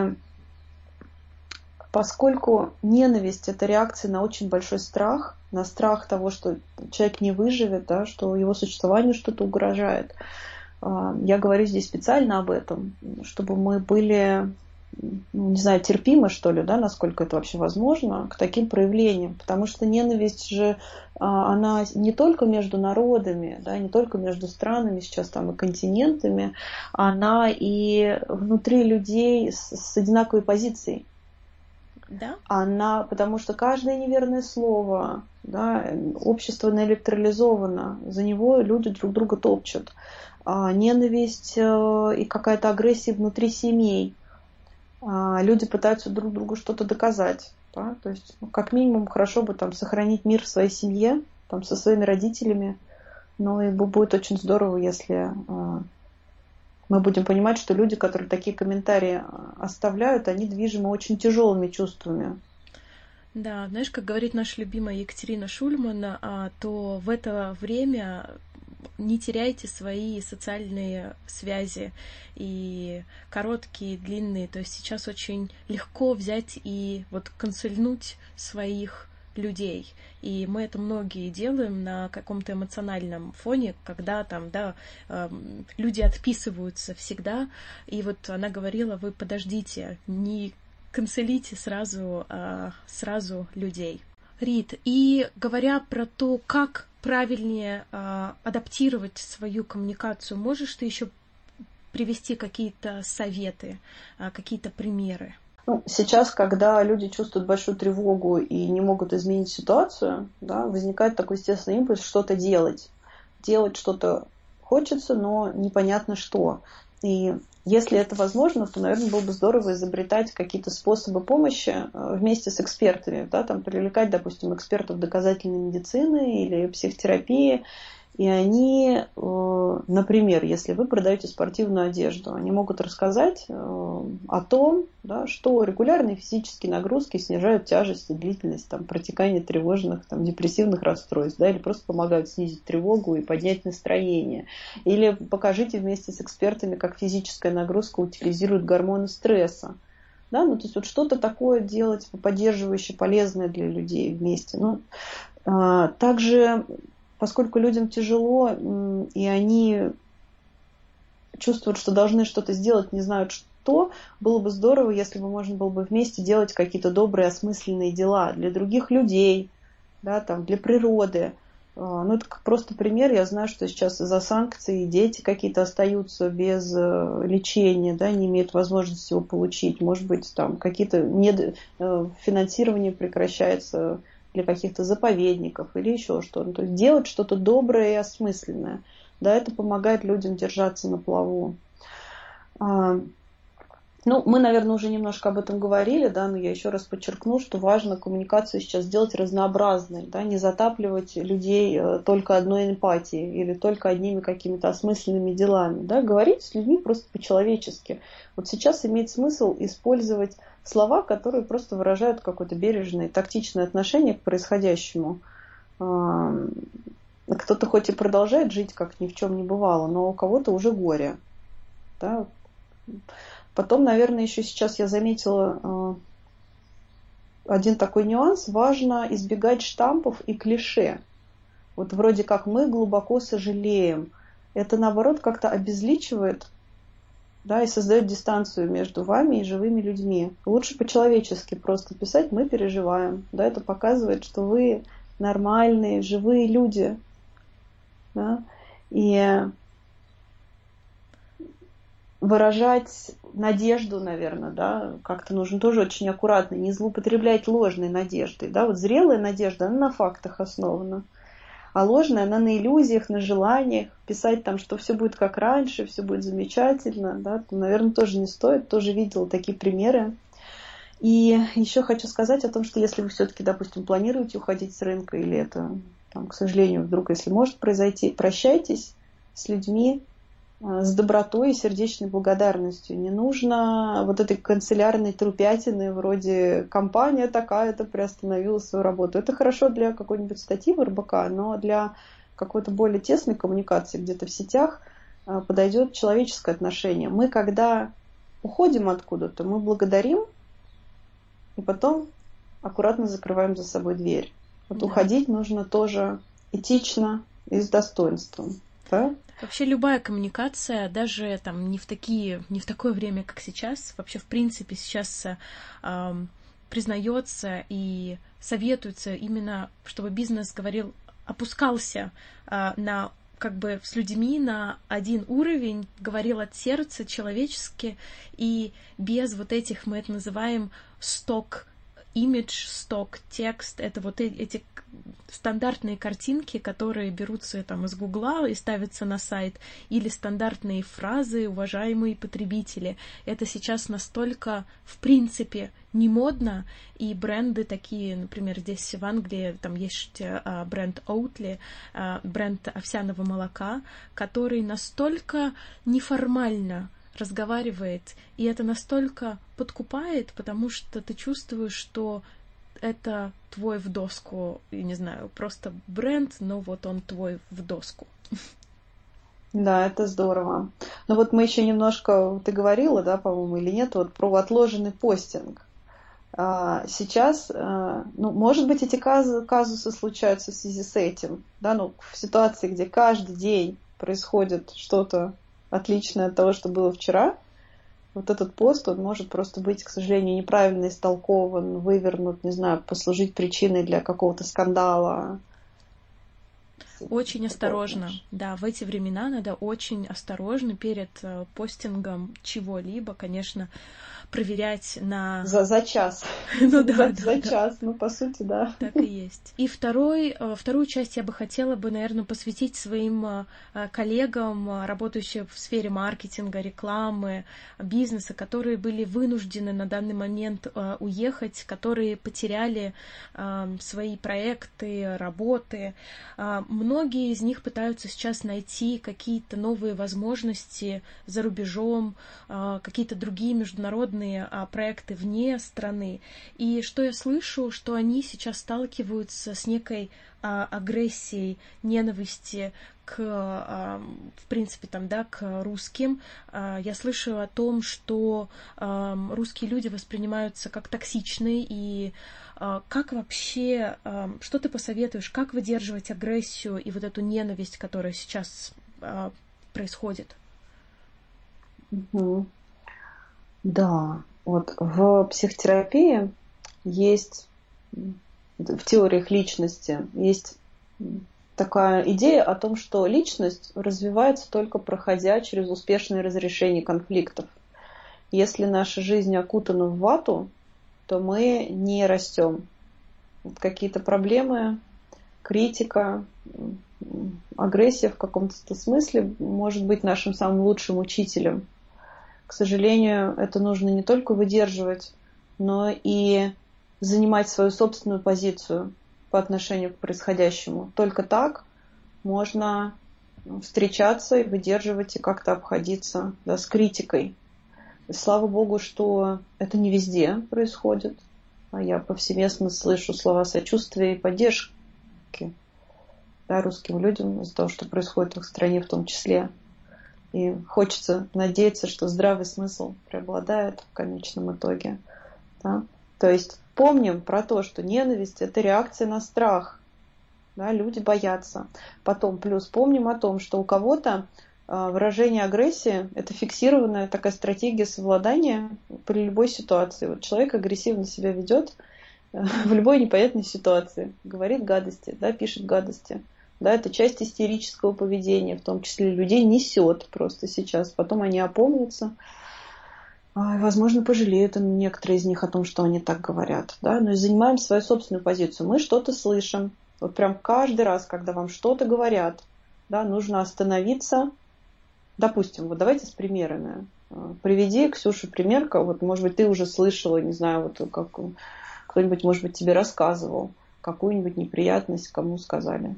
поскольку ненависть – это реакция на очень большой страх, на страх того, что человек не выживет, да, что его существованию что-то угрожает, я говорю здесь специально об этом, чтобы мы были, не знаю, терпимы, что ли, да, насколько это вообще возможно, к таким проявлениям. Потому что ненависть же, она не только между народами, да, не только между странами, сейчас там и континентами, она и внутри людей с, с одинаковой позицией. Да? Она, потому что каждое неверное слово, да, общество наэлектролизовано, за него люди друг друга топчут. А, ненависть и какая-то агрессия внутри семей. А, люди пытаются друг другу что-то доказать. Да? То есть, ну, как минимум, хорошо бы там сохранить мир в своей семье, там, со своими родителями. Но и будет очень здорово, если а, мы будем понимать, что люди, которые такие комментарии оставляют, они движимы очень тяжелыми чувствами. Да, знаешь, как говорит наша любимая Екатерина Шульман, то в это время не теряйте свои социальные связи, и короткие, и длинные. То есть сейчас очень легко взять и вот консультнуть своих людей. И мы это многие делаем на каком-то эмоциональном фоне, когда там, да, люди отписываются всегда. И вот она говорила, вы подождите, не канцелите сразу, сразу людей. Рит, и говоря про то, как правильнее адаптировать свою коммуникацию, можешь ты еще привести какие-то советы, какие-то примеры? Ну, сейчас, когда люди чувствуют большую тревогу и не могут изменить ситуацию, да, возникает такой естественный импульс что-то делать. Делать что-то хочется, но непонятно что. И если это возможно, то, наверное, было бы здорово изобретать какие-то способы помощи вместе с экспертами. Да, там, привлекать, допустим, экспертов доказательной медицины или психотерапии. И они, например, если вы продаете спортивную одежду, они могут рассказать о том, да, что регулярные физические нагрузки снижают тяжесть и длительность там, протекания тревожных, там, депрессивных расстройств, да, или просто помогают снизить тревогу и поднять настроение. Или покажите вместе с экспертами, как физическая нагрузка утилизирует гормоны стресса. Да, ну, то есть вот что-то такое делать, поддерживающее, полезное для людей вместе. Ну, также... Поскольку людям тяжело, и они чувствуют, что должны что-то сделать, не знают что, было бы здорово, если бы можно было бы вместе делать какие-то добрые, осмысленные дела для других людей, да, там, для природы. Ну, это просто пример. Я знаю, что сейчас из-за санкций дети какие-то остаются без лечения, да, не имеют возможности его получить. Может быть, там какие-то нед... финансирование прекращается для каких-то заповедников или еще что-то. То есть делать что-то доброе и осмысленное. Да, это помогает людям держаться на плаву. А, ну, мы, наверное, уже немножко об этом говорили, да, но я еще раз подчеркну, что важно коммуникацию сейчас сделать разнообразной, да, не затапливать людей только одной эмпатией или только одними какими-то осмысленными делами. Да, говорить с людьми просто по-человечески. Вот сейчас имеет смысл использовать слова, которые просто выражают какое-то бережное, тактичное отношение к происходящему. Кто-то хоть и продолжает жить, как ни в чем не бывало, но у кого-то уже горе. Да? Потом, наверное, еще сейчас я заметила один такой нюанс. Важно избегать штампов и клише. Вот вроде как мы глубоко сожалеем. Это, наоборот, как-то обезличивает, да, и создает дистанцию между вами и живыми людьми. Лучше по-человечески просто писать «мы переживаем». Да, это показывает, что вы нормальные, живые люди. Да, и выражать надежду, наверное, да, как-то нужно тоже очень аккуратно, не злоупотреблять ложной надеждой. Да, вот зрелая надежда, она на фактах основана. А ложная, она на иллюзиях, на желаниях. Писать там, что все будет как раньше, все будет замечательно, да, наверное, тоже не стоит. Тоже видела такие примеры. И еще хочу сказать о том, что если вы все-таки, допустим, планируете уходить с рынка, или это, там, к сожалению, вдруг, если может произойти, прощайтесь с людьми с добротой и сердечной благодарностью. Не нужно вот этой канцелярной трупятины вроде «компания такая-то приостановила свою работу». Это хорошо для какой-нибудь статьи в эр бэ ка, но для какой-то более тесной коммуникации где-то в сетях подойдет человеческое отношение. Мы, когда уходим откуда-то, мы благодарим и потом аккуратно закрываем за собой дверь. Вот да. Уходить нужно тоже этично и с достоинством. Да? Вообще любая коммуникация, даже там не в такие, не в такое время, как сейчас, вообще в принципе сейчас э, признается и советуется именно, чтобы бизнес говорил, опускался э, на как бы с людьми на один уровень, говорил от сердца человечески и без вот этих, мы это называем сток имидж, сток, текст, это вот эти стандартные картинки, которые берутся там из Гугла и ставятся на сайт, или стандартные фразы, уважаемые потребители. Это сейчас настолько, в принципе, не модно, и бренды такие, например, здесь в Англии там есть а, бренд Oatly, а, бренд овсяного молока, который настолько неформально разговаривает, и это настолько подкупает, потому что ты чувствуешь, что это твой в доску, я не знаю, просто бренд, но вот он твой в доску. Да, это здорово. Но вот мы еще немножко, ты говорила, да, по-моему, или нет, вот про отложенный постинг. Сейчас, ну, может быть, эти казусы случаются в связи с этим, да, ну, в ситуации, где каждый день происходит что-то отличное от того, что было вчера, вот этот пост, он может просто быть, к сожалению, неправильно истолкован, вывернут, не знаю, послужить причиной для какого-то скандала. Очень осторожно. Да, в эти времена надо очень осторожно перед э, постингом чего-либо, конечно, проверять на... За, за час. Ну да, за, да, за да. час, ну по сути, да. Так и есть. И второй, вторую часть я бы хотела бы, наверное, посвятить своим коллегам, работающим в сфере маркетинга, рекламы, бизнеса, которые были вынуждены на данный момент уехать, которые потеряли свои проекты, работы. Многие из них пытаются сейчас найти какие-то новые возможности за рубежом, какие-то другие международные проекты вне страны. И что я слышу, что они сейчас сталкиваются с некой а, агрессией, ненависти к, а, в принципе, там, да, к русским. А, я слышу о том, что а, русские люди воспринимаются как токсичные, и а, как вообще, а, что ты посоветуешь, как выдерживать агрессию и вот эту ненависть, которая сейчас а, происходит? Угу. Да, вот в психотерапии есть, в теориях личности, есть такая идея о том, что личность развивается только проходя через успешное разрешение конфликтов. Если наша жизнь окутана в вату, то мы не растем. Какие-то проблемы, критика, агрессия в каком-то смысле может быть нашим самым лучшим учителем. К сожалению, это нужно не только выдерживать, но и занимать свою собственную позицию по отношению к происходящему. Только так можно встречаться и выдерживать, и как-то обходиться, да, с критикой. И слава Богу, что это не везде происходит. А я повсеместно слышу слова сочувствия и поддержки, да, русским людям из-за того, что происходит в их стране в том числе. И хочется надеяться, что здравый смысл преобладает в конечном итоге. Да? То есть помним про то, что ненависть – это реакция на страх. Да? Люди боятся. Потом плюс помним о том, что у кого-то выражение агрессии – это фиксированная такая стратегия совладания при любой ситуации. Вот человек агрессивно себя ведет в любой непонятной ситуации. Говорит гадости, да, пишет гадости. Да, это часть истерического поведения, в том числе людей несет просто сейчас. Потом они опомнятся, возможно, пожалеют некоторые из них о том, что они так говорят. Да? Но и занимаем свою собственную позицию. Мы что-то слышим. Вот прям каждый раз, когда вам что-то говорят, да, нужно остановиться. Допустим, вот давайте с примерами. Приведи, Ксюша, пример. Вот, может быть, ты уже слышала, не знаю, вот как кто-нибудь, может быть, тебе рассказывал какую-нибудь неприятность, кому сказали.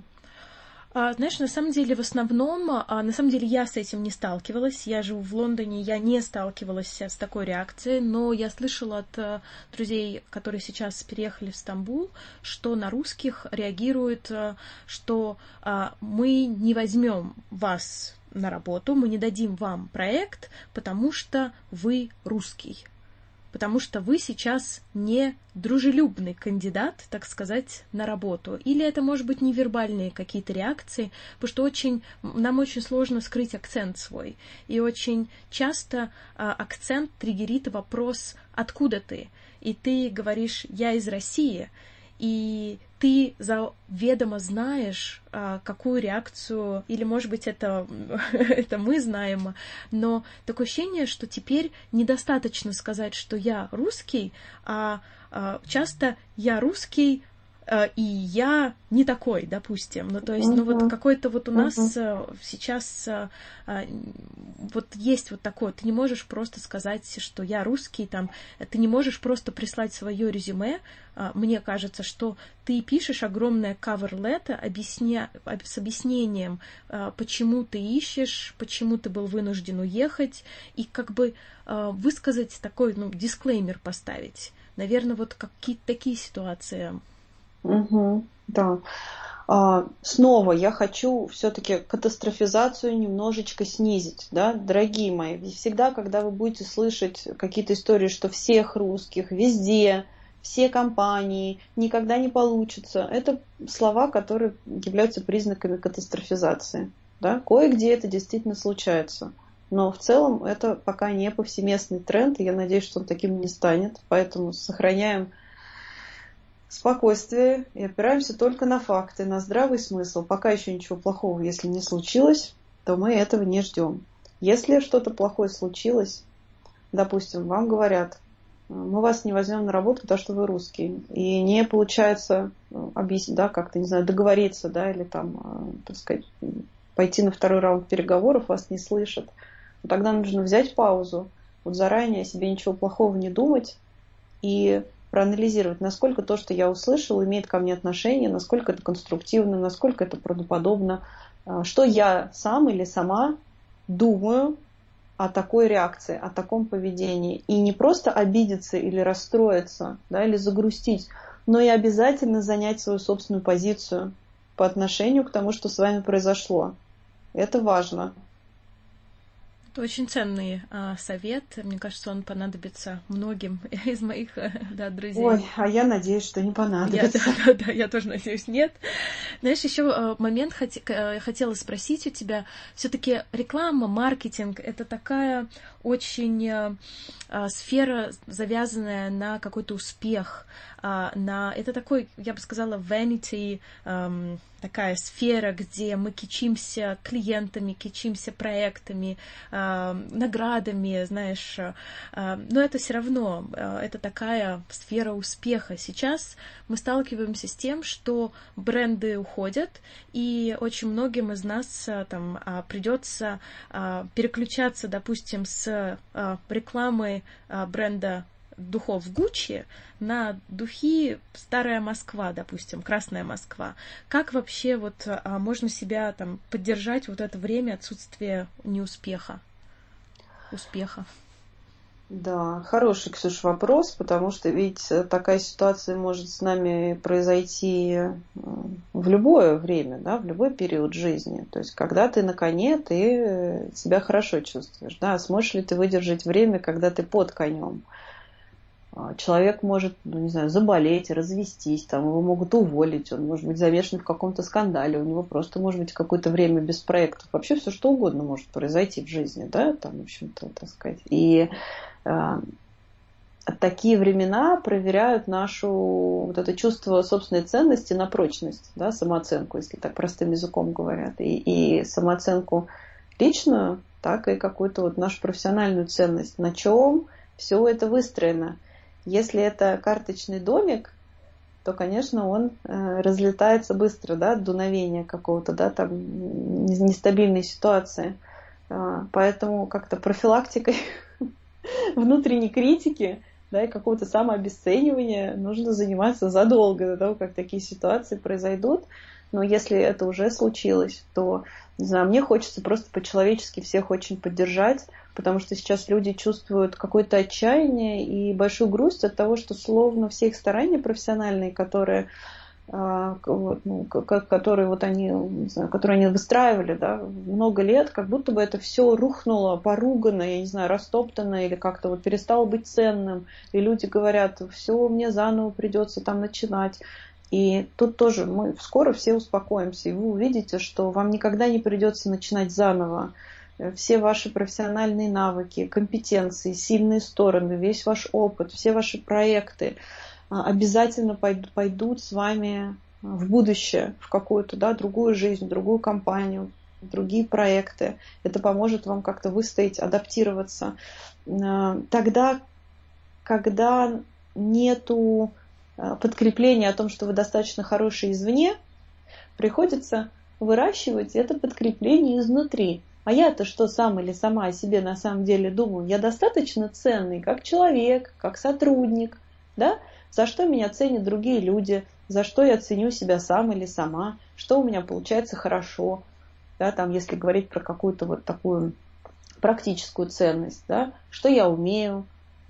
А, знаешь, на самом деле, в основном, а, на самом деле я с этим не сталкивалась. Я живу в Лондоне, я не сталкивалась с такой реакцией, но я слышала от а, друзей, которые сейчас переехали в Стамбул, что на русских реагируют, а, что а, мы не возьмем вас на работу, мы не дадим вам проект, потому что вы русский. Потому что вы сейчас не дружелюбный кандидат, так сказать, на работу. Или это, может быть, невербальные какие-то реакции, потому что очень, нам очень сложно скрыть акцент свой. И очень часто а, акцент триггерит вопрос «откуда ты?». И ты говоришь «я из России», и ты заведомо знаешь, какую реакцию, или, может быть, это, это мы знаем, но такое ощущение, что теперь недостаточно сказать, что я русский, а часто я русский, и я не такой, допустим. Ну, то есть, ну, вот какой-то вот у нас uh-huh. сейчас вот есть вот такое, ты не можешь просто сказать, что я русский, там, ты не можешь просто прислать свое резюме. Мне кажется, что ты пишешь огромное cover letter объясня... с объяснением, почему ты ищешь, почему ты был вынужден уехать, и как бы высказать такой, ну, дисклеймер поставить. Наверное, вот какие-то такие ситуации. Угу, да. А, снова я хочу все-таки катастрофизацию немножечко снизить, да, дорогие мои. Всегда, когда вы будете слышать какие-то истории, что всех русских везде, все компании, никогда не получится, это слова, которые являются признаками катастрофизации. Да? Кое-где это действительно случается. Но в целом это пока не повсеместный тренд, и я надеюсь, что он таким не станет. Поэтому сохраняем спокойствие и опираемся только на факты, на здравый смысл. Пока еще ничего плохого, если не случилось, то мы этого не ждем. Если что-то плохое случилось, допустим, вам говорят, мы вас не возьмем на работу, потому что вы русский, и не получается объяснить, да, как-то, не знаю, договориться, да, или там, так сказать, пойти на второй раунд переговоров, вас не слышат, то тогда нужно взять паузу, вот заранее о себе ничего плохого не думать и проанализировать, насколько то, что я услышал, имеет ко мне отношение, насколько это конструктивно, насколько это правдоподобно, что я сам или сама думаю о такой реакции, о таком поведении. И не просто обидеться или расстроиться, да, или загрустить, но и обязательно занять свою собственную позицию по отношению к тому, что с вами произошло. Это важно. Это очень ценный а, совет. Мне кажется, он понадобится многим из моих да, друзей. Ой, а я надеюсь, что не понадобится. Я, да, да, да, я тоже надеюсь, нет. Знаешь, еще момент хот... хотела спросить у тебя. Все-таки реклама, маркетинг — это такая очень а, сфера, завязанная на какой-то успех. А, на... Это такой, я бы сказала, vanity, а, такая сфера, где мы кичимся клиентами, кичимся проектами, э, наградами, знаешь. Э, но это все равно, э, это такая сфера успеха. Сейчас мы сталкиваемся с тем, что бренды уходят, и очень многим из нас э, там, э, придется э, переключаться, допустим, с э, рекламы э, бренда духов Gucci на духи Старая Москва, допустим, Красная Москва. Как вообще вот а, можно себя там поддержать вот это время отсутствия неуспеха, успеха? Да, хороший, Ксюш, вопрос, потому что ведь такая ситуация может с нами произойти в любое время, да, в любой период жизни. То есть, когда ты на коне, ты себя хорошо чувствуешь, да, сможешь ли ты выдержать время, когда ты под конем? Человек может, ну, не знаю, заболеть, развестись, там, его могут уволить, он может быть замешан в каком-то скандале, у него просто может быть какое-то время без проектов. Вообще все что угодно может произойти в жизни, да, там, в общем-то, так сказать. И э, такие времена проверяют нашу вот это чувство собственной ценности на прочность, да, самооценку, если так простым языком говорят, и, и самооценку личную, так и какую-то вот нашу профессиональную ценность, на чем все это выстроено. Если это карточный домик, то, конечно, он э, разлетается быстро, да, от дуновения какого-то, да, там, нестабильной ситуации. Э, поэтому как-то профилактикой внутренней критики, да, и какого-то самообесценивания нужно заниматься задолго до того, как такие ситуации произойдут. Но если это уже случилось, то, не знаю, мне хочется просто по-человечески всех очень поддержать, потому что сейчас люди чувствуют какое-то отчаяние и большую грусть от того, что словно все их старания профессиональные, которые, вот, ну, которые вот они, не знаю, которые они выстраивали, да, много лет, как будто бы это все рухнуло, поругано, я не знаю, растоптано или как-то вот перестало быть ценным. И люди говорят, все, мне заново придется там начинать. И тут тоже мы скоро все успокоимся, и вы увидите, что вам никогда не придется начинать заново. Все ваши профессиональные навыки, компетенции, сильные стороны, весь ваш опыт, все ваши проекты обязательно пойдут с вами в будущее, в какую-то, да, другую жизнь, другую компанию, другие проекты. Это поможет вам как-то выстоять, адаптироваться. Тогда, когда нету подкрепление о том, что вы достаточно хороший извне, приходится выращивать это подкрепление изнутри. А я-то что сам или сама о себе на самом деле думаю? Я достаточно ценный как человек, как сотрудник, да? За что меня ценят другие люди, за что я ценю себя сам или сама, что у меня получается хорошо, да? Там, если говорить про какую-то вот такую практическую ценность, да? Что я умею,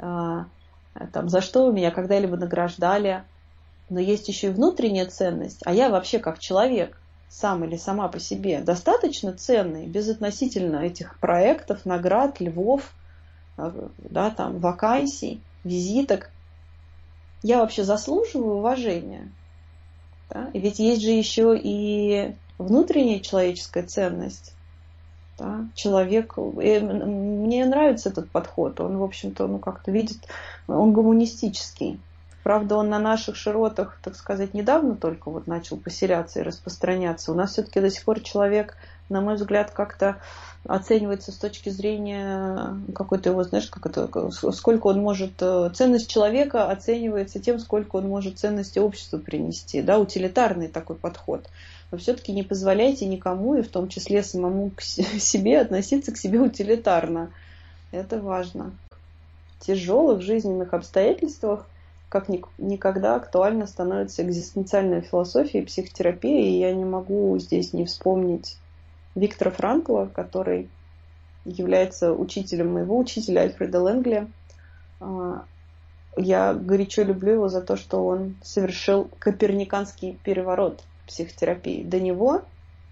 там, за что меня когда-либо награждали, но есть еще и внутренняя ценность, а я вообще как человек, сам или сама по себе, достаточно ценный, безотносительно этих проектов, наград, львов, да, там, вакансий, визиток. Я вообще заслуживаю уважения. Да? И ведь есть же еще и внутренняя человеческая ценность. Да? Человек, и мне нравится этот подход, он, в общем-то, ну, как-то видит, он гуманистический. Правда, он на наших широтах, так сказать, недавно только вот начал поселяться и распространяться. У нас все-таки до сих пор человек, на мой взгляд, как-то оценивается с точки зрения какой-то его, знаешь, как это, сколько он может, ценность человека оценивается тем, сколько он может ценности обществу принести, да, утилитарный такой подход. Вы все-таки не позволяйте никому, и в том числе самому к себе, относиться к себе утилитарно. Это важно. В тяжелых жизненных обстоятельствах как никогда актуально становится экзистенциальная философия и психотерапия, и я не могу здесь не вспомнить Виктора Франкла, который является учителем моего учителя Альфреда Лэнгли. Я горячо люблю его за то, что он совершил коперниканский переворот в психотерапии. До него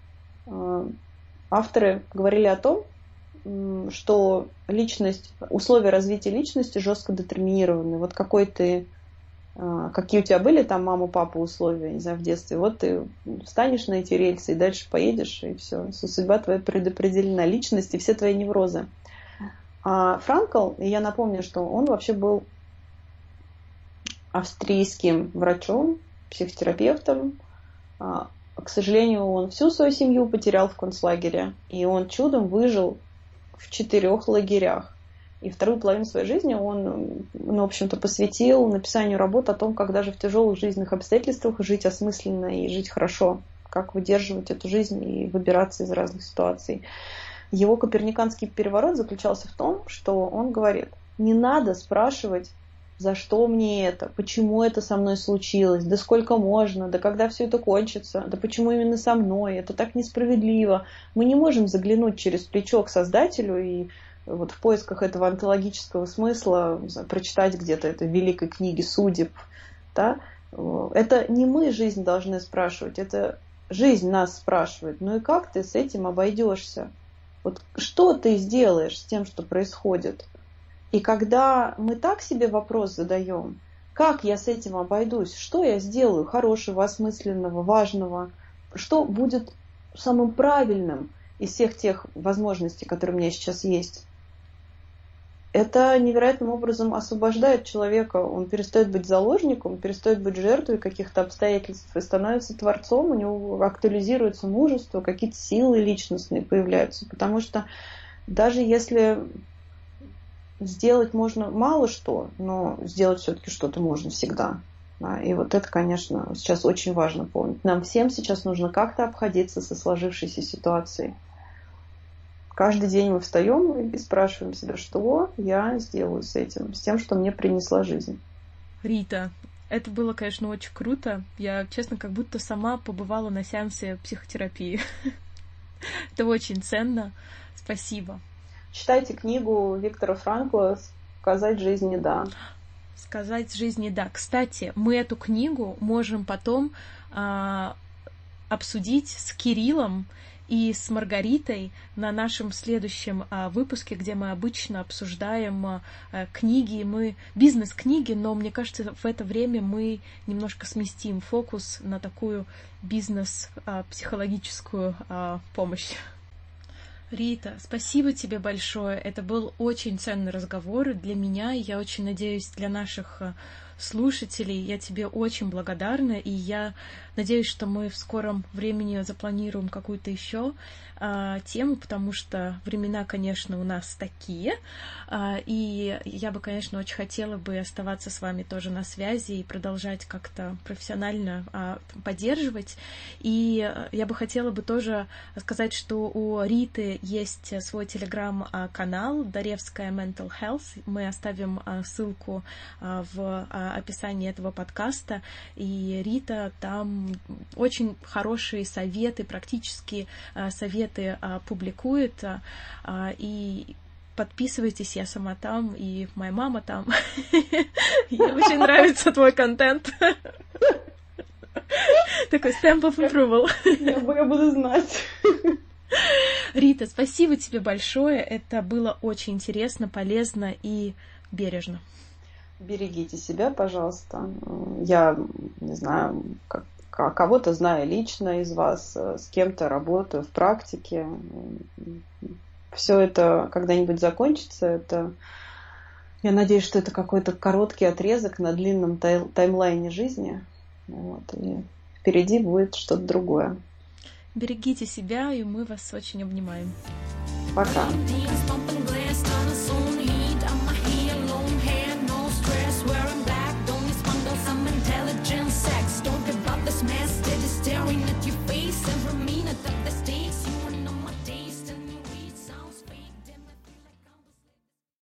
авторы говорили о том, что личность, условия развития личности жестко детерминированы. Вот какой ты, какие у тебя были там мама, папа условия, не знаю, в детстве. Вот ты встанешь на эти рельсы и дальше поедешь, и все. Судьба твоя предопределена, личность и все твои неврозы. А Франкл, я напомню, что он вообще был австрийским врачом, психотерапевтом. К сожалению, он всю свою семью потерял в концлагере, и он чудом выжил в четырех лагерях. И вторую половину своей жизни он, ну, в общем-то, посвятил написанию работ о том, как даже в тяжелых жизненных обстоятельствах жить осмысленно и жить хорошо, как выдерживать эту жизнь и выбираться из разных ситуаций. Его коперниканский переворот заключался в том, что он говорит, не надо спрашивать, за что мне это, почему это со мной случилось, да сколько можно, да когда все это кончится, да почему именно со мной, это так несправедливо. Мы не можем заглянуть через плечо к Создателю и вот в поисках этого онтологического смысла прочитать где-то это в великой книге судеб. Да? Это не мы жизнь должны спрашивать, это жизнь нас спрашивает. Ну и как ты с этим обойдешься? Вот что ты сделаешь с тем, что происходит? И когда мы так себе вопрос задаем, как я с этим обойдусь, что я сделаю хорошего, осмысленного, важного, что будет самым правильным из всех тех возможностей, которые у меня сейчас есть, это невероятным образом освобождает человека. Он перестает быть заложником, перестает быть жертвой каких-то обстоятельств и становится творцом, у него актуализируется мужество, какие-то силы личностные появляются. Потому что даже если сделать можно мало что, но сделать все-таки что-то можно всегда. Да, и вот это, конечно, сейчас очень важно помнить. Нам всем сейчас нужно как-то обходиться со сложившейся ситуацией. Каждый день мы встаем и спрашиваем себя, что я сделаю с этим, с тем, что мне принесла жизнь. Рита, это было, конечно, очень круто. Я, честно, как будто сама побывала на сеансе психотерапии. Это очень ценно. Спасибо. Читайте книгу Виктора Франкла «Сказать жизни да». «Сказать жизни да». Кстати, мы эту книгу можем потом а, обсудить с Кириллом и с Маргаритой на нашем следующем а, выпуске, где мы обычно обсуждаем а, книги, мы бизнес-книги, но мне кажется, в это время мы немножко сместим фокус на такую бизнес-психологическую а, помощь. Рита, спасибо тебе большое. Это был очень ценный разговор для меня. Я очень надеюсь, для наших слушателей. Я тебе очень благодарна. И я надеюсь, что мы в скором времени запланируем какую-то еще а, тему, потому что времена, конечно, у нас такие. А, и я бы, конечно, очень хотела бы оставаться с вами тоже на связи и продолжать как-то профессионально а, поддерживать. И я бы хотела бы тоже сказать, что у Риты есть свой телеграм-канал Даревская Mental Health. Мы оставим ссылку в описании этого подкаста. И Рита там очень хорошие советы, практические советы публикует. И подписывайтесь, я сама там, и моя мама там. Ей очень нравится твой контент. Такой stamp of approval. Я буду знать. Рита, спасибо тебе большое. Это было очень интересно, полезно и бережно. Берегите себя, пожалуйста. Я не знаю, как кого-то знаю лично из вас, с кем-то работаю в практике. Все это когда-нибудь закончится. Это... Я надеюсь, что это какой-то короткий отрезок на длинном тай- таймлайне жизни. Вот, и впереди будет что-то другое. Берегите себя, и мы вас очень обнимаем. Пока.